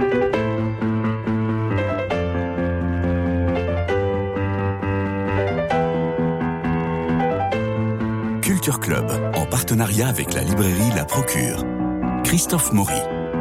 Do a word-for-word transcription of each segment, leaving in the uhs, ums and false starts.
Culture Club, en partenariat avec la librairie La Procure. Christophe Maury.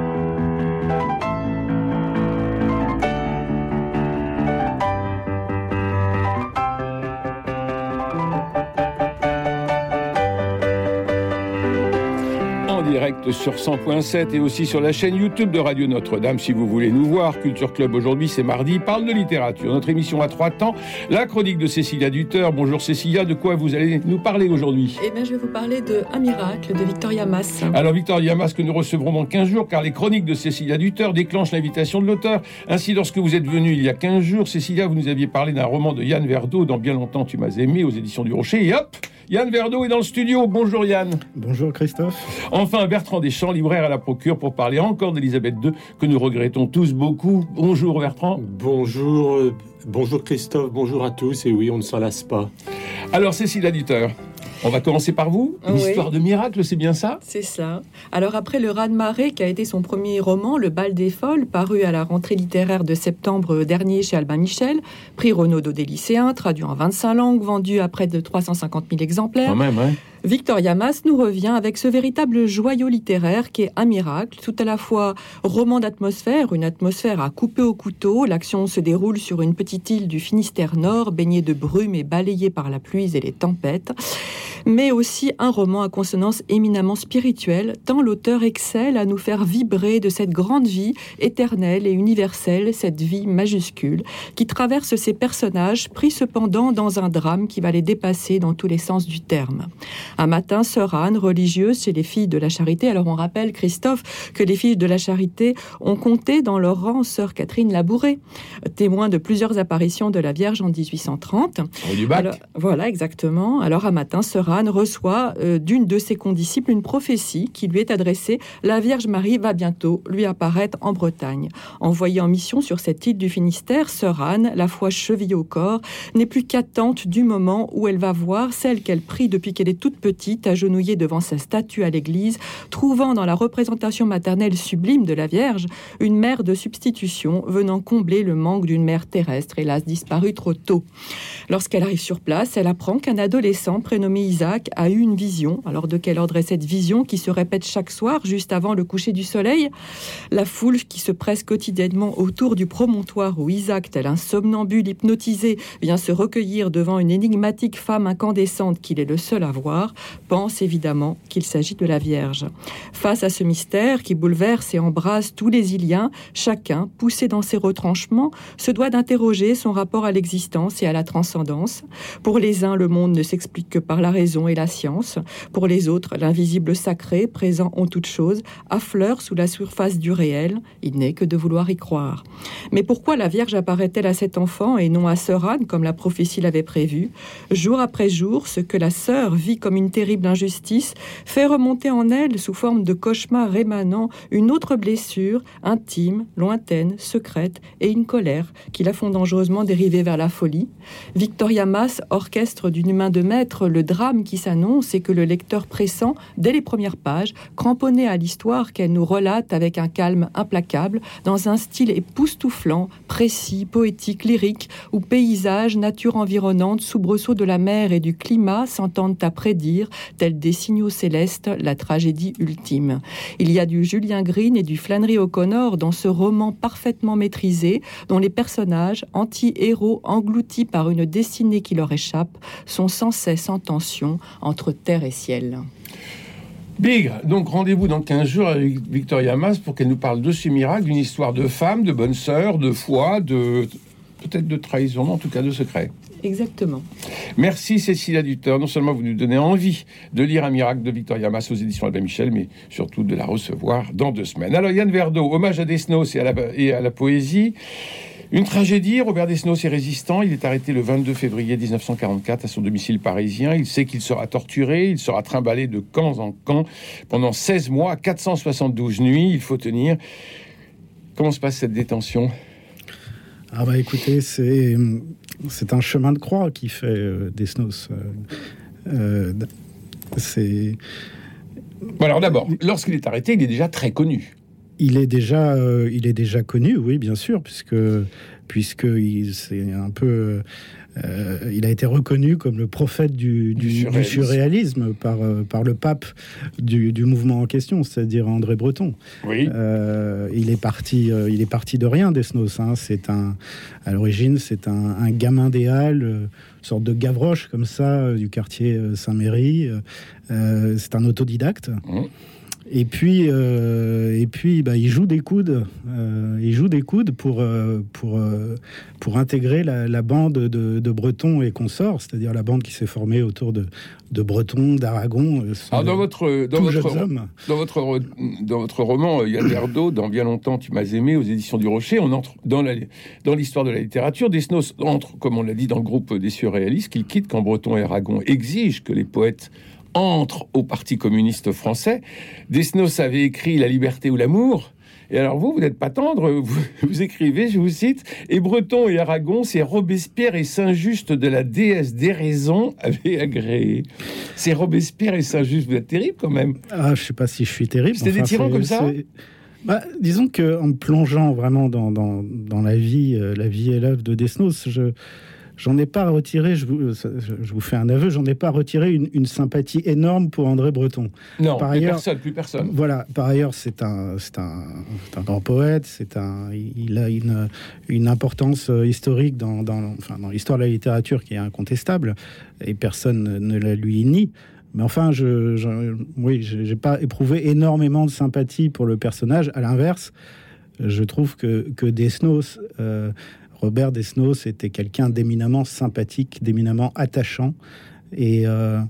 Direct sur cent point sept et aussi sur la chaîne YouTube de Radio Notre-Dame si vous voulez nous voir. Culture Club aujourd'hui, c'est mardi, parle de littérature. Notre émission a trois temps, la chronique de Cécilia Duteur. Bonjour Cécilia, de quoi vous allez nous parler aujourd'hui? Eh bien, je vais vous parler de Un miracle de Victoria Mass. Alors Victoria Mass que nous recevrons dans quinze jours car les chroniques de Cécilia Duteur déclenchent l'invitation de l'auteur. Ainsi, lorsque vous êtes venu il y a quinze jours, Cécilia, vous nous aviez parlé d'un roman de Yann Verdeau, Dans Bien longtemps tu m'as aimé, aux éditions du Rocher. Et hop, Yann Verdeau est dans le studio. Bonjour Yann. Bonjour Christophe. Enfin, Bertrand Deschamps, libraire à la Procure, pour parler encore d'Élisabeth deux, que nous regrettons tous beaucoup. Bonjour Bertrand. Bonjour, euh, bonjour Christophe, bonjour à tous. Et oui, on ne s'en lasse pas. Alors Cécilia Duteur, on va commencer par vous. Une oui. histoire de miracle, c'est bien ça? C'est ça. Alors après Le Raz-de-marée, qui a été son premier roman, Le bal des folles, paru à la rentrée littéraire de septembre dernier chez Albin Michel, prix Renaudot des lycéens, traduit en vingt-cinq langues, vendu à près de trois cent cinquante mille exemplaires. Quand même, ouais. Victoria Mass nous revient avec ce véritable joyau littéraire qui est un miracle, tout à la fois roman d'atmosphère, une atmosphère à couper au couteau. L'action se déroule sur une petite île du Finistère Nord, baignée de brume et balayée par la pluie et les tempêtes, mais aussi un roman à consonance éminemment spirituelle, tant l'auteur excelle à nous faire vibrer de cette grande vie éternelle et universelle, cette vie majuscule, qui traverse ses personnages, pris cependant dans un drame qui va les dépasser dans tous les sens du terme. Un matin, sœur Anne, religieuse chez les Filles de la Charité. Alors on rappelle, Christophe, que les Filles de la Charité ont compté dans leur rang sœur Catherine Labouré, témoin de plusieurs apparitions de la Vierge en dix-huit cent trente. Au du bac. Alors, voilà, exactement. Alors un matin, sœur Anne reçoit euh, d'une de ses condisciples une prophétie qui lui est adressée. La Vierge Marie va bientôt lui apparaître en Bretagne. Envoyée en mission sur cette île du Finistère, sœur Anne, la foi chevillée au corps, n'est plus qu'attente du moment où elle va voir celle qu'elle prie depuis qu'elle est toute petite, agenouillée devant sa statue à l'église, trouvant dans la représentation maternelle sublime de la Vierge une mère de substitution venant combler le manque d'une mère terrestre, hélas disparue trop tôt. Lorsqu'elle arrive sur place, elle apprend qu'un adolescent prénommé Isaac a eu une vision. Alors de quel ordre est cette vision qui se répète chaque soir, juste avant le coucher du soleil? La foule qui se presse quotidiennement autour du promontoire où Isaac, tel un somnambule hypnotisé, vient se recueillir devant une énigmatique femme incandescente qu'il est le seul à voir, pense évidemment qu'il s'agit de la Vierge. Face à ce mystère qui bouleverse et embrase tous les Iliens, chacun, poussé dans ses retranchements, se doit d'interroger son rapport à l'existence et à la transcendance. Pour les uns, le monde ne s'explique que par la raison et la science. Pour les autres, l'invisible sacré, présent en toute chose, affleure sous la surface du réel. Il n'est que de vouloir y croire. Mais pourquoi la Vierge apparaît-elle à cet enfant et non à sœur Anne, comme la prophétie l'avait prévu? Jour après jour, ce que la sœur vit comme une terrible injustice fait remonter en elle, sous forme de cauchemar rémanent, une autre blessure, intime, lointaine, secrète, et une colère qui la font dangereusement dériver vers la folie. Victoria Mass orchestre d'une main de maître le drame qui s'annonce et que le lecteur pressent dès les premières pages, cramponné à l'histoire qu'elle nous relate avec un calme implacable, dans un style époustouflant, précis, poétique, lyrique, où paysage, nature environnante, soubresauts de la mer et du climat s'entendent à prédire, tels des signaux célestes, la tragédie ultime. Il y a du Julien Green et du Flannery O'Connor dans ce roman parfaitement maîtrisé, dont les personnages, anti-héros engloutis par une destinée qui leur échappe, sont sans cesse en tension entre terre et ciel. Big, donc rendez-vous dans quinze jours avec Victoria Mass pour qu'elle nous parle de ce miracle, d'une histoire de femme, de bonne sœur, de foi, de peut-être de trahison, en tout cas de secret. Exactement. Merci Cécilia Duteur. Non seulement vous nous donnez envie de lire Un miracle de Victoria Mass aux éditions Albin Michel, mais surtout de la recevoir dans deux semaines. Alors Yann Verdeau, hommage à Desnos et à la, et à la poésie. Une tragédie, Robert Desnos est résistant. Il est arrêté le vingt-deux février dix-neuf cent quarante-quatre à son domicile parisien. Il sait qu'il sera torturé, il sera trimballé de camp en camp pendant seize mois, quatre cent soixante-douze nuits. Il faut tenir. Comment se passe cette détention ? Ah bah écoutez, c'est, c'est un chemin de croix qui fait euh, Desnos. Euh, euh, c'est... Bon alors d'abord, lorsqu'il est arrêté, il est déjà très connu. il est déjà, euh, il est déjà connu, oui, bien sûr, puisque puisque il, c'est un peu, euh, il a été reconnu comme le prophète du, du, du surréalisme, du surréalisme par euh, par le pape du, du mouvement en question, c'est-à-dire André Breton. Oui. Euh, il est parti, euh, il est parti de rien, Desnos. Hein. C'est un, à l'origine, c'est un, un gamin des Halles, euh, sorte de Gavroche comme ça, euh, du quartier euh, Saint-Méry. Euh, c'est un autodidacte. Mmh. Et puis, euh, et puis, bah, il joue des coudes. Euh, il joue des coudes pour euh, pour euh, pour intégrer la, la bande de, de Breton et consorts, c'est-à-dire la bande qui s'est formée autour de de Breton, d'Aragon. Alors dans votre dans votre dans votre dans votre roman Yann Verdeau, dans Bien longtemps tu m'as aimé, aux éditions du Rocher, on entre dans la dans l'histoire de la littérature. Desnos entre, comme on l'a dit, dans le groupe des surréalistes qu'il quitte quand Breton et Aragon exigent que les poètes entre au Parti communiste français. Desnos avait écrit La liberté ou l'amour. Et alors vous, vous n'êtes pas tendre, vous, vous écrivez, je vous cite, et Breton et Aragon, c'est Robespierre et Saint-Just de la déesse des raisons avaient agréé. C'est Robespierre et Saint-Just, vous êtes terrible quand même. Ah, je sais pas si je suis terrible. C'était enfin, des tyrans comme ça. Bah, disons que en me plongeant vraiment dans, dans, dans la vie, euh, la vie et l'œuvre de Desnos, je J'en ai pas retiré, je vous, je vous fais un aveu, j'en ai pas retiré une, une sympathie énorme pour André Breton. Non, par plus ailleurs, personne, plus personne. Voilà, par ailleurs, c'est un, c'est un, c'est un grand poète, c'est un, il a une, une importance historique dans, dans, enfin, dans l'histoire de la littérature qui est incontestable, et personne ne la lui nie. Mais enfin, je, je, oui, j'ai pas éprouvé énormément de sympathie pour le personnage. À l'inverse, je trouve que, que Desnos... Euh, Robert Desnos était quelqu'un d'éminemment sympathique, d'éminemment attachant. Et, euh,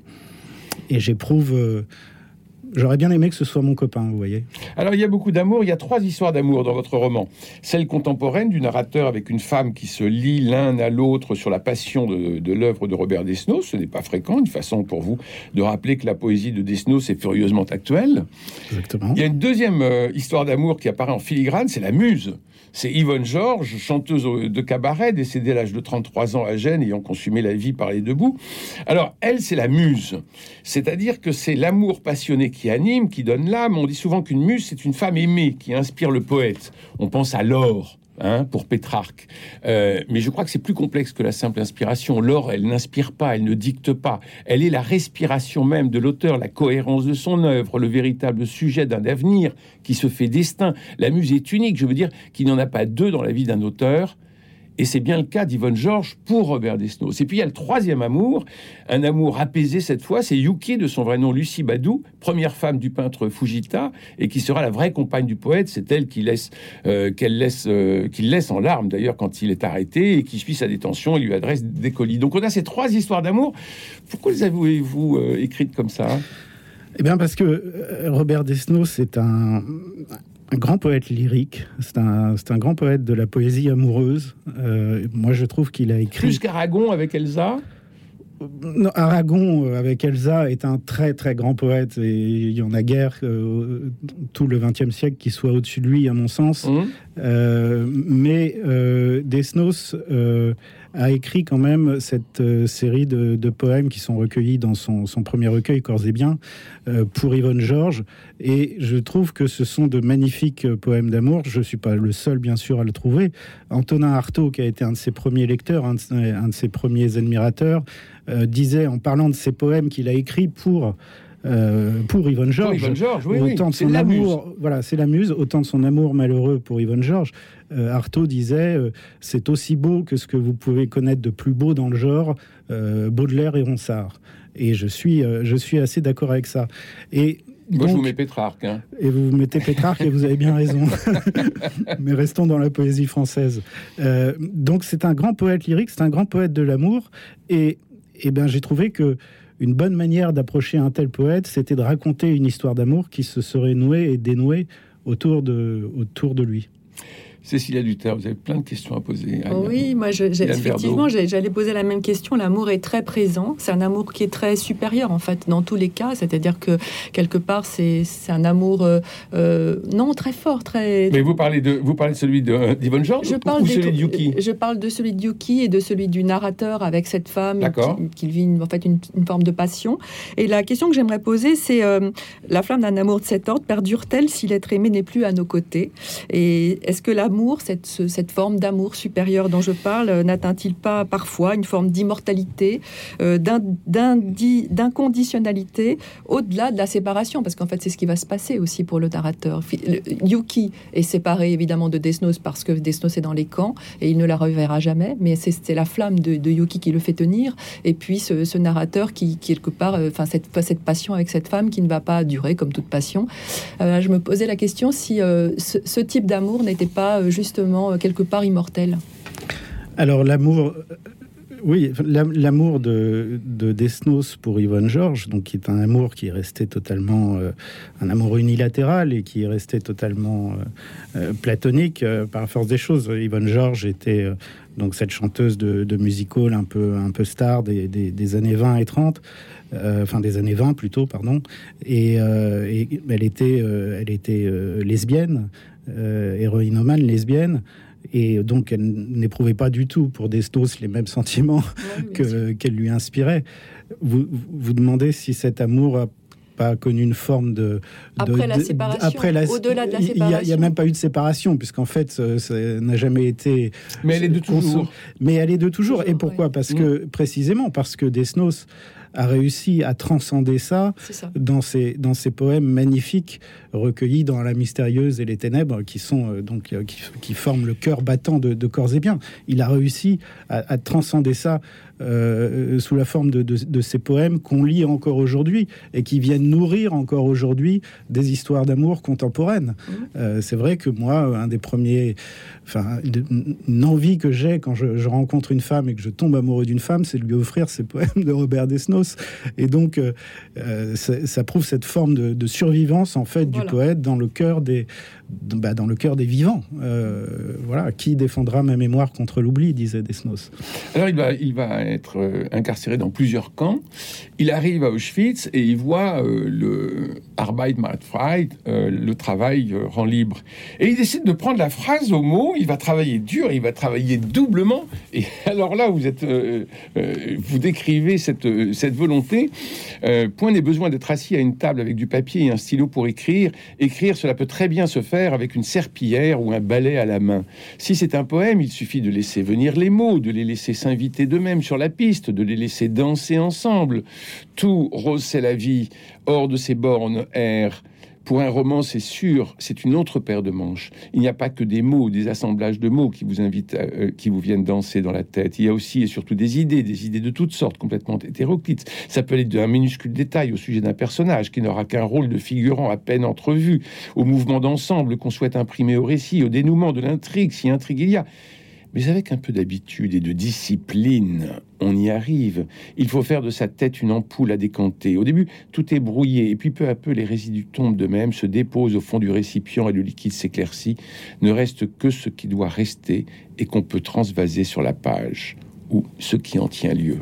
et j'éprouve... Euh, j'aurais bien aimé que ce soit mon copain, vous voyez. Alors, il y a beaucoup d'amour. Il y a trois histoires d'amour dans votre roman. Celle contemporaine du narrateur avec une femme qui se lie l'un à l'autre sur la passion de, de l'œuvre de Robert Desnos. Ce n'est pas fréquent, une façon pour vous de rappeler que la poésie de Desnos est furieusement actuelle. Exactement. Il y a une deuxième euh, histoire d'amour qui apparaît en filigrane, c'est la Muse. C'est Yvonne Georges, chanteuse de cabaret, décédée à l'âge de trente-trois ans à Gênes, ayant consumé la vie par les deux bouts. Alors, elle, c'est la muse. C'est-à-dire que c'est l'amour passionné qui anime, qui donne l'âme. On dit souvent qu'une muse, c'est une femme aimée qui inspire le poète. On pense à Laure, hein, pour Pétrarque. Euh, mais je crois que c'est plus complexe que la simple inspiration. Laure, elle n'inspire pas, elle ne dicte pas. Elle est la respiration même de l'auteur, la cohérence de son œuvre, le véritable sujet d'un avenir qui se fait destin. La muse est unique, je veux dire qu'il n'y en a pas deux dans la vie d'un auteur. Et c'est bien le cas d'Yvonne Georges pour Robert Desnos. Et puis il y a le troisième amour, un amour apaisé cette fois, c'est Yuki, de son vrai nom Lucie Badou, première femme du peintre Fujita, et qui sera la vraie compagne du poète. C'est elle qui laisse, euh, qu'elle laisse, euh, qu'il laisse en larmes d'ailleurs quand il est arrêté, et qui suit sa détention et lui adresse des colis. Donc on a ces trois histoires d'amour. Pourquoi les avez-vous euh, écrites comme ça ? Eh bien parce que euh, Robert Desnos est un... un grand poète lyrique, c'est un, c'est un grand poète de la poésie amoureuse. Euh, moi, je trouve qu'il a écrit... Plus qu'Aragon avec Elsa ? Non, Aragon, avec Elsa, est un très, très grand poète. Et il y en a guère euh, tout le vingtième siècle qui soit au-dessus de lui, à mon sens. Mmh. Euh, mais euh, Desnos euh, a écrit quand même cette euh, série de, de poèmes qui sont recueillis dans son, son premier recueil, Corps et Biens, euh, pour Yvonne Georges. Et je trouve que ce sont de magnifiques poèmes d'amour. Je ne suis pas le seul, bien sûr, à le trouver. Antonin Artaud, qui a été un de ses premiers lecteurs, un de, un de ses premiers admirateurs, euh, disait, en parlant de ces poèmes qu'il a écrits pour... Euh, pour Yvonne Georges, Yvonne Georges, oui, autant oui. de son amour, voilà, c'est la muse, autant de son amour malheureux pour Yvonne Georges. Euh, Artaud disait, euh, c'est aussi beau que ce que vous pouvez connaître de plus beau dans le genre, euh, Baudelaire et Ronsard. Et je suis, euh, je suis assez d'accord avec ça. Et moi, donc, je vous mets Pétrarque. Hein. Et vous mettez Pétrarque, et vous avez bien raison. Mais restons dans la poésie française. Euh, donc, c'est un grand poète lyrique, c'est un grand poète de l'amour. Et, et ben, j'ai trouvé que une bonne manière d'approcher un tel poète, c'était de raconter une histoire d'amour qui se serait nouée et dénouée autour de, autour de lui. Cécilia Duterre, vous avez plein de questions à poser. Oh oui, moi, je, j'ai, effectivement, j'ai, j'allais poser la même question. L'amour est très présent. C'est un amour qui est très supérieur, en fait, dans tous les cas. C'est-à-dire que, quelque part, c'est, c'est un amour, euh, euh, non, très fort, très... Mais vous parlez de, vous parlez de celui de, d'Yvonne Georges je ou, parle ou des, celui de Yuki? Je parle de celui de Yuki et de celui du narrateur avec cette femme qui, qui vit, une, en fait, une, une forme de passion. Et la question que j'aimerais poser, c'est euh, la flamme d'un amour de cet ordre perdure-t-elle si l'être aimé n'est plus à nos côtés? Et est-ce que l'amour, cette, ce, cette forme d'amour supérieur dont je parle, n'atteint-il pas parfois une forme d'immortalité, euh, d'un, d'indi, d'inconditionnalité au-delà de la séparation? Parce qu'en fait, c'est ce qui va se passer aussi pour le narrateur. Yuki est séparé évidemment de Desnos parce que Desnos est dans les camps et il ne la reverra jamais, mais c'est, c'est la flamme de, de Yuki qui le fait tenir, et puis ce, ce narrateur qui, qui quelque part, enfin euh, cette, cette passion avec cette femme qui ne va pas durer comme toute passion. Euh, je me posais la question si euh, ce, ce type d'amour n'était pas euh, justement euh, quelque part immortel. Alors l'amour, oui, l'amour de, de Desnos pour Yvonne Georges, donc qui est un amour qui est resté totalement euh, un amour unilatéral et qui est resté totalement euh, euh, platonique euh, par force des choses. Yvonne Georges était euh, donc cette chanteuse de, de music hall un peu un peu star des, des, des années vingt et trente. Euh, enfin des années vingt plutôt, pardon, et, euh, et elle était, euh, elle était euh, lesbienne, euh, héroïnomane lesbienne, et donc elle n'éprouvait pas du tout pour Desnos les mêmes sentiments ouais, que, qu'elle lui inspirait. Vous vous demandez si cet amour a pas connu une forme de... de après la séparation, de, après la, au-delà de la séparation. Il n'y a, a même pas eu de séparation, puisqu'en fait, ça, ça n'a jamais été... Mais elle est de toujours. Mais elle est de toujours. toujours et pourquoi ouais. Parce que, mmh. précisément, parce que Desnos a réussi à transcender ça, ça. Dans, ses, dans ses poèmes magnifiques recueillis dans La Mystérieuse et les Ténèbres, qui sont euh, donc euh, qui, qui forment le cœur battant de, de Corps et Biens. Il a réussi à, à transcender ça euh, sous la forme de, de, de ces poèmes qu'on lit encore aujourd'hui et qui viennent nourrir encore aujourd'hui des histoires d'amour contemporaines. Mmh. Euh, c'est vrai que moi, un des premiers, enfin, une envie que j'ai quand je, je rencontre une femme et que je tombe amoureux d'une femme, c'est de lui offrir ces poèmes de Robert Desnos. Et donc, euh, ça, ça prouve cette forme de, de survivance en fait voilà. du poète dans le cœur des, de, bah, dans le cœur des vivants. Euh, voilà, qui défendra ma mémoire contre l'oubli, disait Desnos. Alors, il va, il va être euh, incarcéré dans plusieurs camps. Il arrive à Auschwitz et il voit euh, le Arbeit macht frei, euh, le travail euh, rend libre. Et il décide de prendre la phrase au mot. Il va travailler dur, il va travailler doublement. Et alors là, vous êtes, euh, euh, vous décrivez cette euh, cette volonté. Euh, point n'est besoin d'être assis à une table avec du papier et un stylo pour écrire. Écrire, cela peut très bien se faire avec une serpillière ou un balai à la main. Si c'est un poème, il suffit de laisser venir les mots, de les laisser s'inviter d'eux-mêmes sur la piste, de les laisser danser ensemble. Tout, rose c'est la vie, hors de ces bornes, air. Pour un roman, c'est sûr, c'est une autre paire de manches. Il n'y a pas que des mots, des assemblages de mots qui vous invitent, à, euh, qui vous viennent danser dans la tête. Il y a aussi et surtout des idées, des idées de toutes sortes, complètement hétéroclites. Ça peut aller d'un minuscule détail au sujet d'un personnage qui n'aura qu'un rôle de figurant à peine entrevu, au mouvement d'ensemble qu'on souhaite imprimer au récit, au dénouement de l'intrigue, si intrigue il y a. Mais avec un peu d'habitude et de discipline, on y arrive. Il faut faire de sa tête une ampoule à décanter. Au début, tout est brouillé, et puis peu à peu, les résidus tombent d'eux-mêmes, se déposent au fond du récipient et le liquide s'éclaircit. Ne reste que ce qui doit rester et qu'on peut transvaser sur la page, ou ce qui en tient lieu.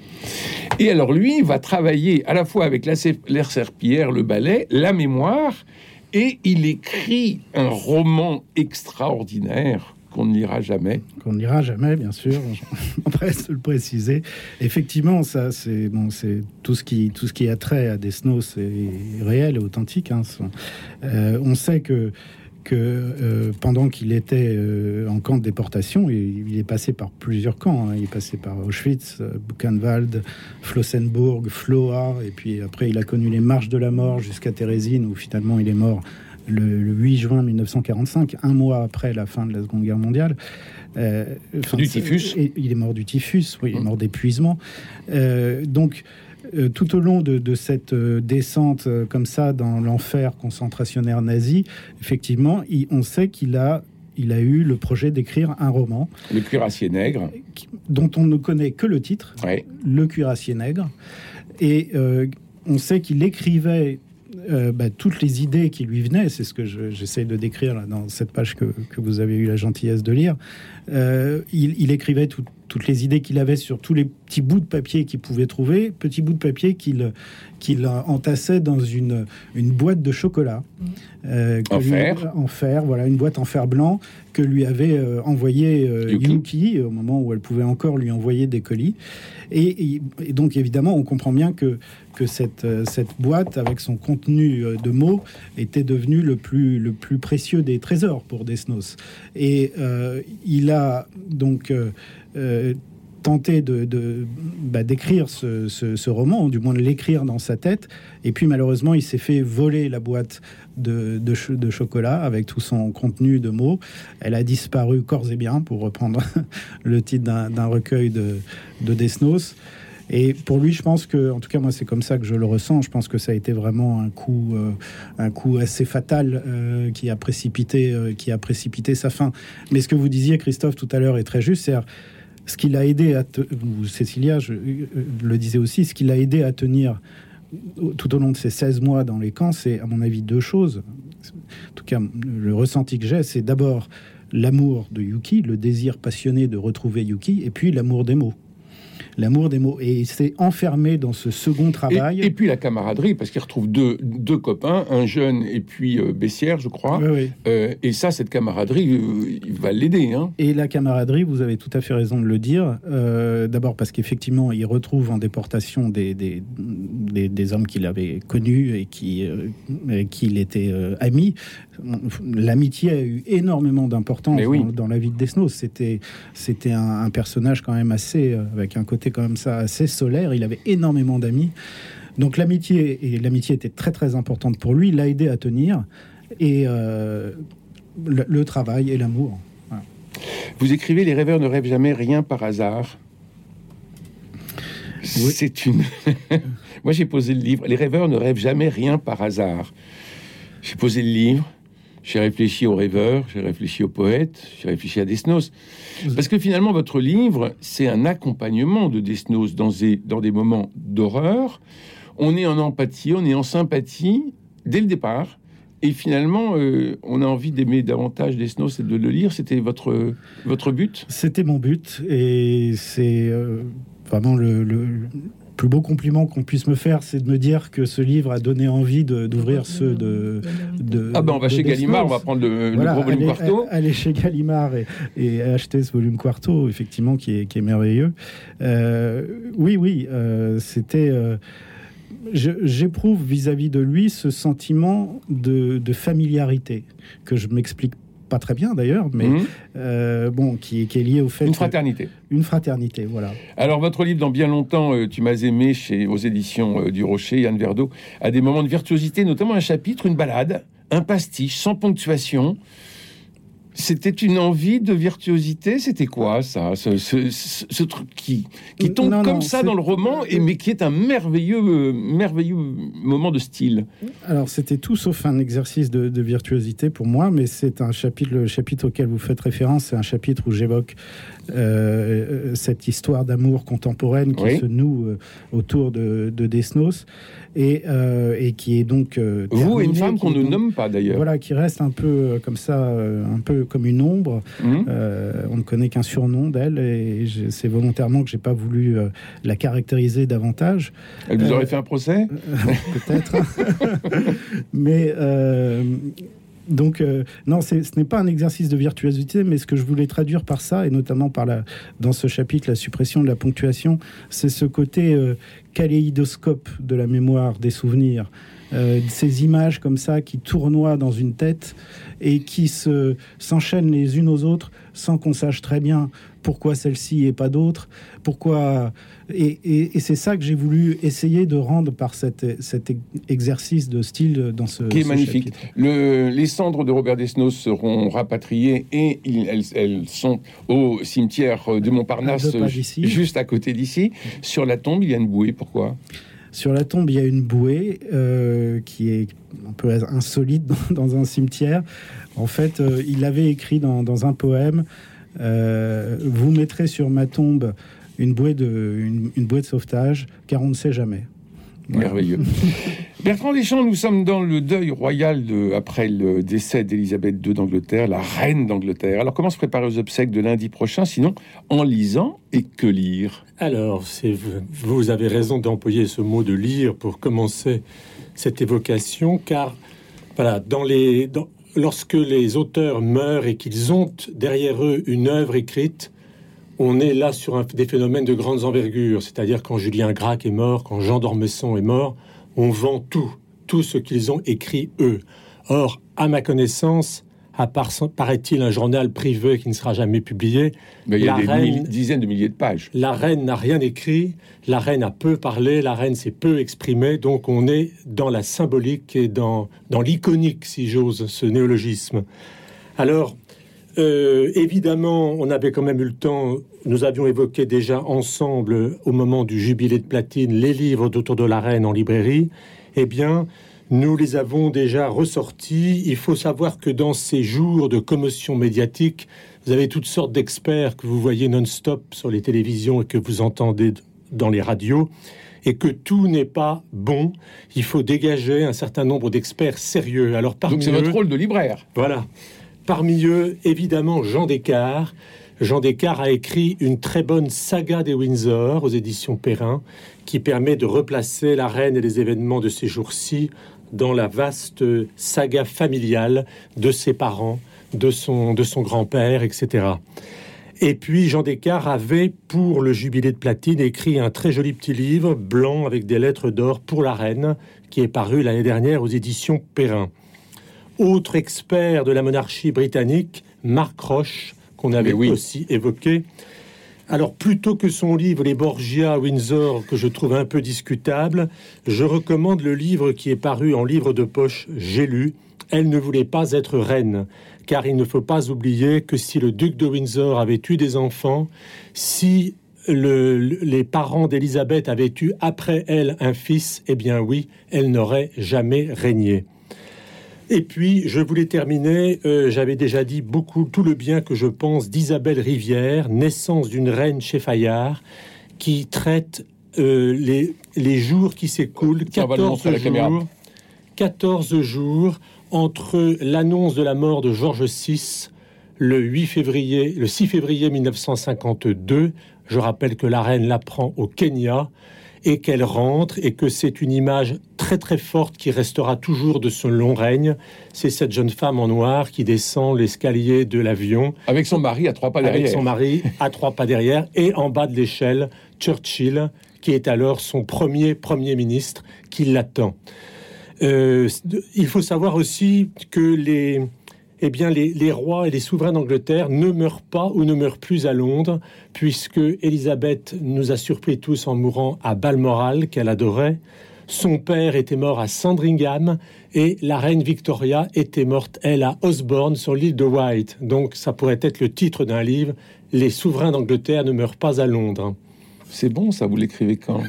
Et alors lui va travailler à la fois avec la serpillière, le balai, la mémoire, et il écrit un roman extraordinaire qu'on ne lira jamais. Qu'on ne lira jamais, bien sûr. On m'empresse de le préciser. Effectivement, ça, c'est bon, c'est tout ce qui, tout ce qui a trait à Desnos est réel et authentique. Hein. Euh, on sait que que euh, pendant qu'il était euh, en camp de déportation, il, il est passé par plusieurs camps. Hein. Il est passé par Auschwitz, euh, Buchenwald, Flossenburg, Floa, et puis après il a connu les marches de la mort jusqu'à Térésine, où finalement il est mort le, le huit juin mille neuf cent quarante-cinq, un mois après la fin de la Seconde Guerre mondiale. Euh, du typhus. Il est mort du typhus, oui, il est mort d'épuisement. Euh, donc, euh, tout au long de, de cette euh, descente euh, comme ça dans l'enfer concentrationnaire nazi, effectivement, il, on sait qu'il a, il a eu le projet d'écrire un roman. Le Cuirassier nègre. Qui, dont on ne connaît que le titre, ouais. Le Cuirassier nègre. Et euh, on sait qu'il écrivait euh, bah, toutes les idées qui lui venaient, c'est ce que je, j'essaie de décrire là, dans cette page que, que vous avez eu la gentillesse de lire, euh, il, il écrivait tout, toutes les idées qu'il avait sur tous les petits bouts de papier qu'il pouvait trouver, petits bouts de papier qu'il, qu'il entassait dans une, une boîte de chocolat. Euh, en lui, fer En fer, voilà, une boîte en fer blanc que lui avait euh, envoyé euh, Yuki. Yuki, au moment où elle pouvait encore lui envoyer des colis. Et, et, et donc, évidemment, on comprend bien que, que cette, euh, cette boîte, avec son contenu euh, de mots, était devenue le plus, le plus précieux des trésors pour Desnos. Et euh, il a donc euh, euh, tenté de, de, bah, d'écrire ce, ce, ce roman, ou du moins de l'écrire dans sa tête. Et puis, malheureusement, il s'est fait voler la boîte de, de, ch- de chocolat avec tout son contenu de mots. Elle a disparu corps et biens, pour reprendre le titre d'un, d'un recueil de, de Desnos. Et pour lui, je pense que, en tout cas, moi, c'est comme ça que je le ressens. Je pense que ça a été vraiment un coup, euh, un coup assez fatal euh, qui a précipité, euh, qui a précipité sa fin. Mais ce que vous disiez, Christophe, tout à l'heure, est très juste. C'est ce qui l'a aidé à, te... ou Cécilia, je le disais aussi, ce qui l'a aidé à tenir tout au long de ces seize mois dans les camps, c'est, à mon avis, deux choses. En tout cas, le ressenti que j'ai, c'est d'abord l'amour de Yuki, le désir passionné de retrouver Yuki, et puis l'amour des mots. L'amour des mots. Et il s'est enfermé dans ce second travail. Et, et puis la camaraderie, parce qu'il retrouve deux, deux copains, un jeune et puis euh, Bessières, je crois. Oui, oui. Euh, et ça, cette camaraderie, euh, il va l'aider. Hein. Et la camaraderie, vous avez tout à fait raison de le dire. Euh, d'abord parce qu'effectivement, il retrouve en déportation des, des, des, des hommes qu'il avait connus et qui, euh, et qu'il était euh, ami. L'amitié a eu énormément d'importance oui. dans, dans la vie de Desnos. C'était, c'était un, un personnage quand même assez, euh, avec un côté comme ça assez solaire. Il avait énormément d'amis. Donc l'amitié, et l'amitié était très très importante pour lui. Il l'a aidé à tenir. Et euh, le, le travail et l'amour. Voilà. Vous écrivez « Les rêveurs ne rêvent jamais rien par hasard ». Oui. C'est une... Moi, j'ai posé le livre « Les rêveurs ne rêvent jamais rien par hasard ». J'ai posé le livre. J'ai réfléchi aux rêveurs, j'ai réfléchi aux poètes, j'ai réfléchi à Desnos. Parce que finalement, votre livre, c'est un accompagnement de Desnos dans des, dans des moments d'horreur. On est en empathie, on est en sympathie dès le départ. Et finalement, euh, on a envie d'aimer davantage Desnos et de le lire. C'était votre, votre but ? C'était mon but. Et c'est euh, vraiment le... le... le plus beau compliment qu'on puisse me faire, c'est de me dire que ce livre a donné envie de, d'ouvrir ceux de, de... Ah ben on va chez Gallimard, on va prendre le, voilà, le gros volume allez, quarto. Aller chez Gallimard et, et acheter ce volume quarto, effectivement, qui est, qui est merveilleux. Euh, oui, oui, euh, c'était... Euh, je, j'éprouve vis-à-vis de lui ce sentiment de, de familiarité que je m'explique pas très bien d'ailleurs, mais mmh. euh, bon, qui, qui est lié au fait... Une fraternité. Que, une fraternité, voilà. Alors, votre livre, dans Bien longtemps, euh, tu m'as aimé, chez, aux éditions euh, du Rocher, Yann Verdeau, a des moments de virtuosité, notamment un chapitre, une balade, un pastiche, sans ponctuation. C'était une envie de virtuosité. C'était quoi, ça, ce, ce, ce, ce truc qui, qui tombe non, comme non, ça c'est... dans le roman, et, mais qui est un merveilleux, euh, merveilleux moment de style. Alors, c'était tout sauf un exercice de, de virtuosité pour moi, mais c'est un chapitre, le chapitre auquel vous faites référence, c'est un chapitre où j'évoque euh, cette histoire d'amour contemporaine qui oui. se noue euh, autour de, de Desnos, et, euh, et qui est donc... Euh, vous et une femme qu'on ne donc, nomme pas, d'ailleurs. Voilà, qui reste un peu euh, comme ça, euh, un peu comme une ombre. Mmh. Euh, on ne connaît qu'un surnom d'elle, et c'est volontairement que j'ai pas voulu euh, la caractériser davantage. Elle vous euh, aurait fait un procès euh, peut-être. Mais euh, donc euh, non, c'est, ce n'est pas un exercice de virtuosité, mais ce que je voulais traduire par ça, et notamment par la, dans ce chapitre, la suppression de la ponctuation, c'est ce côté euh, kaléidoscope de la mémoire, des souvenirs. Euh, ces images comme ça qui tournoient dans une tête et qui se, s'enchaînent les unes aux autres sans qu'on sache très bien pourquoi celle-ci et pas d'autres, pourquoi... Et, et, et c'est ça que j'ai voulu essayer de rendre par cet, cet exercice de style dans ce... Qui est ce magnifique. Le, les cendres de Robert Desnos seront rapatriées et il, elles, elles sont au cimetière de Montparnasse, juste à côté d'ici. Sur la tombe, il y a une bouée. Pourquoi ? Sur la tombe, il y a une bouée euh, qui est un peu insolite dans, dans un cimetière. En fait, euh, il avait écrit dans, dans un poème euh, « Vous mettrez sur ma tombe une bouée de, une, une bouée de sauvetage, car on ne sait jamais. » Merveilleux. Bertrand Deschamps, nous sommes dans le deuil royal de, après le décès d'Élisabeth deux d'Angleterre, la reine d'Angleterre. Alors comment se préparer aux obsèques de lundi prochain, sinon en lisant? Et que lire? Alors, c'est, vous avez raison d'employer ce mot de lire pour commencer cette évocation, car voilà, dans les, dans, lorsque les auteurs meurent et qu'ils ont derrière eux une œuvre écrite, on est là sur un, des phénomènes de grandes envergures. C'est-à-dire quand Julien Gracq est mort, quand Jean d'Ormesson est mort, on vend tout, tout ce qu'ils ont écrit eux. Or, à ma connaissance, à part, paraît-il, un journal privé qui ne sera jamais publié, mais il y a la des reine, mille, dizaines de milliers de pages. La reine n'a rien écrit, la reine a peu parlé, la reine s'est peu exprimée, donc on est dans la symbolique et dans, dans l'iconique, si j'ose ce néologisme. Alors, euh, évidemment, on avait quand même eu le temps, nous avions évoqué déjà ensemble, au moment du jubilé de platine, les livres d'Autour de la reine en librairie. Eh bien, nous les avons déjà ressortis. Il faut savoir que dans ces jours de commotion médiatique, vous avez toutes sortes d'experts que vous voyez non-stop sur les télévisions et que vous entendez dans les radios, et que tout n'est pas bon. Il faut dégager un certain nombre d'experts sérieux. Alors, parmi Donc c'est eux, votre rôle de libraire. Voilà. Parmi eux, évidemment, Jean Descartes. Jean Descartes a écrit une très bonne saga des Windsor aux éditions Perrin, qui permet de replacer la reine et les événements de ces jours-ci dans la vaste saga familiale de ses parents, de son, de son grand-père, et cetera. Et puis, Jean Descartes avait, pour le jubilé de platine, écrit un très joli petit livre, blanc, avec des lettres d'or pour la reine, qui est paru l'année dernière aux éditions Perrin. Autre expert de la monarchie britannique, Mark Roche, qu'on avait oui. aussi évoqué. Alors, plutôt que son livre « Les Borgia Windsor », que je trouve un peu discutable, je recommande le livre qui est paru en livre de poche « J'ai lu ». Elle ne voulait pas être reine, car il ne faut pas oublier que si le duc de Windsor avait eu des enfants, si le, les parents d'Élisabeth avaient eu après elle un fils, eh bien oui, elle n'aurait jamais régné. Et puis, je voulais terminer, euh, j'avais déjà dit beaucoup, tout le bien que je pense d'Isabelle Rivière, Naissance d'une reine chez Fayard, qui traite euh, les, les jours qui s'écoulent, quatorze jours, quatorze jours entre l'annonce de la mort de George six, le huit février, le six février mille neuf cent cinquante-deux. Je rappelle que la reine l'apprend au Kenya, et qu'elle rentre, et que c'est une image très très forte qui restera toujours de ce long règne. C'est cette jeune femme en noir qui descend l'escalier de l'avion. Avec son mari à trois pas derrière. Avec son mari à trois pas derrière, et en bas de l'échelle, Churchill, qui est alors son premier Premier ministre, qui l'attend. Euh, il faut savoir aussi que les... Eh bien, les, les rois et les souverains d'Angleterre ne meurent pas ou ne meurent plus à Londres, puisque Élisabeth nous a surpris tous en mourant à Balmoral, qu'elle adorait. Son père était mort à Sandringham, et la reine Victoria était morte, elle, à Osborne, sur l'île de Wight. Donc, ça pourrait être le titre d'un livre, « Les souverains d'Angleterre ne meurent pas à Londres ». C'est bon, ça, vous l'écrivez quand?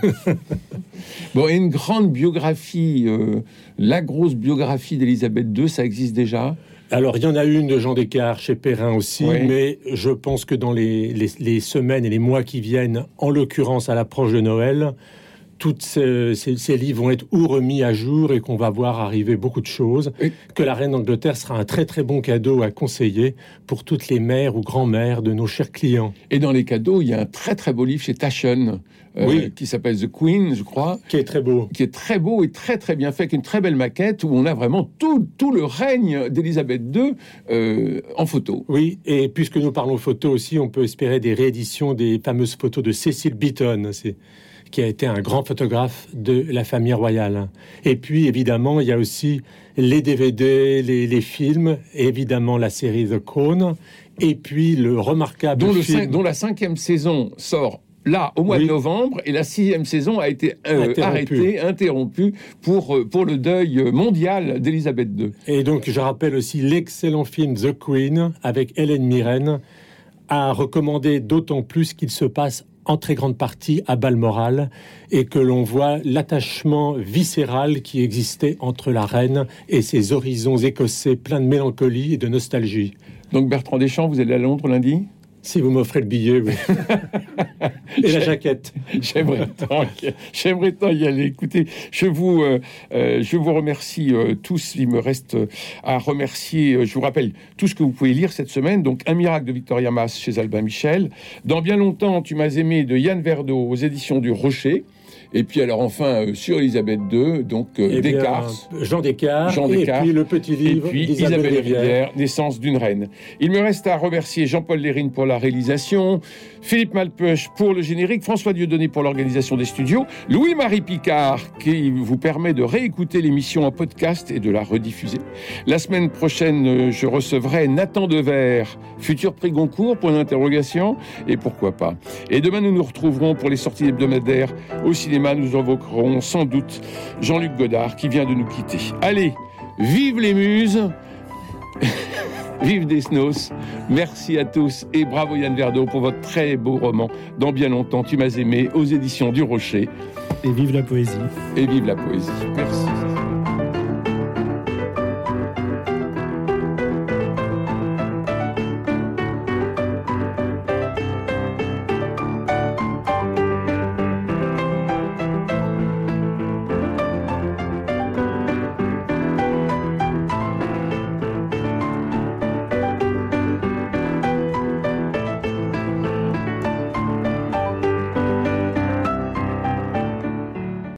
Bon, et une grande biographie, euh, la grosse biographie d'Élisabeth deux, ça existe déjà? Alors, il y en a une de Jean Descartes chez Perrin aussi, oui. mais je pense que dans les, les, les semaines et les mois qui viennent, en l'occurrence à l'approche de Noël, tous ces, ces, ces livres vont être ou remis à jour et qu'on va voir arriver beaucoup de choses, et que la reine d'Angleterre sera un très très bon cadeau à conseiller pour toutes les mères ou grands-mères de nos chers clients. Et dans les cadeaux, il y a un très très beau livre chez Taschen, euh, oui. qui s'appelle The Queen, je crois. Qui est très beau. Qui est très beau et très très bien fait, avec une très belle maquette où on a vraiment tout, tout le règne d'Élisabeth deux euh, en photo. Oui, et puisque nous parlons photo aussi, on peut espérer des rééditions des fameuses photos de Cecil Beaton, c'est... qui a été un grand photographe de la famille royale. Et puis, évidemment, il y a aussi les D V D, les, les films, et évidemment la série The Crown, et puis le remarquable dont, le film... cinq, dont la cinquième saison sort là, au mois oui. de novembre, et la sixième saison a été euh, interrompue. arrêtée, interrompue, pour, pour le deuil mondial d'Élisabeth deux. Et donc, je rappelle aussi l'excellent film The Queen, avec Hélène Mirren, à recommander d'autant plus qu'il se passe en très grande partie à Balmoral, et que l'on voit l'attachement viscéral qui existait entre la reine et ses horizons écossais pleins de mélancolie et de nostalgie. Donc Bertrand Deschamps, vous allez à Londres lundi ? Si vous m'offrez le billet, oui. Et la jaquette. J'aimerais tant, j'aimerais tant y aller. Écoutez, je vous, euh, euh, je vous remercie euh, tous. Il me reste à remercier, euh, je vous rappelle, tout ce que vous pouvez lire cette semaine. Donc, Un miracle de Victor Yamas chez Albin Michel. Dans Bien longtemps, tu m'as aimé de Yann Verdeau aux éditions du Rocher. Et puis alors enfin euh, sur Élisabeth deux, donc euh, Descartes, Jean Descartes, Jean Descartes, et puis le petit livre et puis d'Isabelle Isabelle Rivière, Rivière, Naissance d'une reine. Il me reste à remercier Jean-Paul Lérine pour la réalisation, Philippe Malpeuch pour le générique, François Dieudonné pour l'organisation des studios, Louis-Marie Picard qui vous permet de réécouter l'émission en podcast et de la rediffuser. La semaine prochaine, je recevrai Nathan Dever, futur prix Goncourt, point d'interrogation, et pourquoi pas. Et demain, nous nous retrouverons pour les sorties hebdomadaires au cinéma. Nous invoquerons sans doute Jean-Luc Godard qui vient de nous quitter. Allez, vive les muses, vive Desnos. Merci à tous et bravo Yann Verdeau pour votre très beau roman Dans Bien longtemps, tu m'as aimé aux éditions du Rocher. Et vive la poésie. Et vive la poésie. Merci.